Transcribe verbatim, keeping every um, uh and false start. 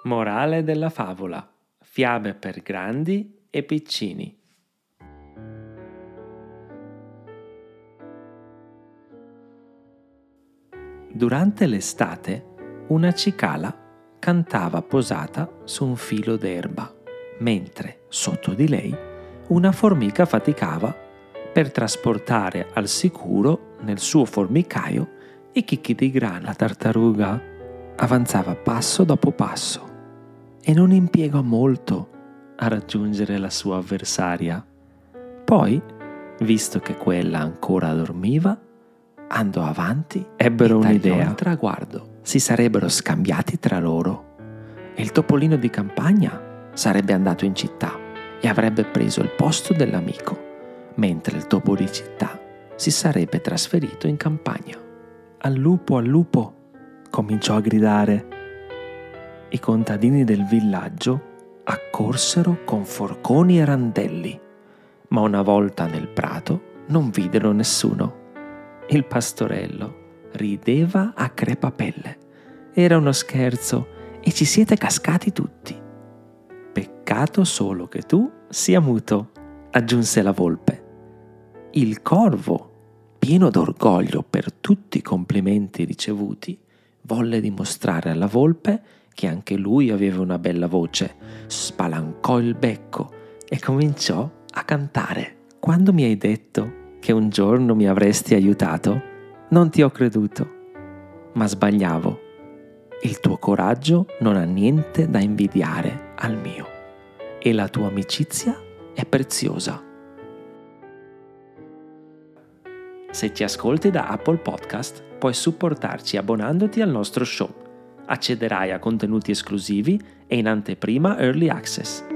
Morale della favola: fiabe per grandi e piccini. Durante l'estate, una cicala cantava posata su un filo d'erba, mentre sotto di lei una formica faticava per trasportare al sicuro nel suo formicaio i chicchi di grano. La tartaruga avanzava passo dopo passo e non impiegò molto a raggiungere la sua avversaria. Poi, visto che quella ancora dormiva, andò avanti. Ebbero un'idea. Al traguardo si sarebbero scambiati tra loro e il topolino di campagna sarebbe andato in città e avrebbe preso il posto dell'amico, mentre il topo di città si sarebbe trasferito in campagna. Al lupo, al lupo, cominciò a gridare. I contadini del villaggio accorsero con forconi e randelli, ma una volta nel prato non videro nessuno. Il pastorello rideva a crepapelle. Era uno scherzo e ci siete cascati tutti. Peccato solo che tu sia muto, aggiunse la volpe. Il corvo, pieno d'orgoglio per tutti i complimenti ricevuti, volle dimostrare alla volpe che anche lui aveva una bella voce, spalancò il becco e cominciò a cantare. Quando mi hai detto che un giorno mi avresti aiutato, non ti ho creduto, ma sbagliavo. Il tuo coraggio non ha niente da invidiare al mio e la tua amicizia è preziosa. Se ci ascolti da Apple Podcast, puoi supportarci abbonandoti al nostro show. Accederai a contenuti esclusivi e in anteprima Early Access.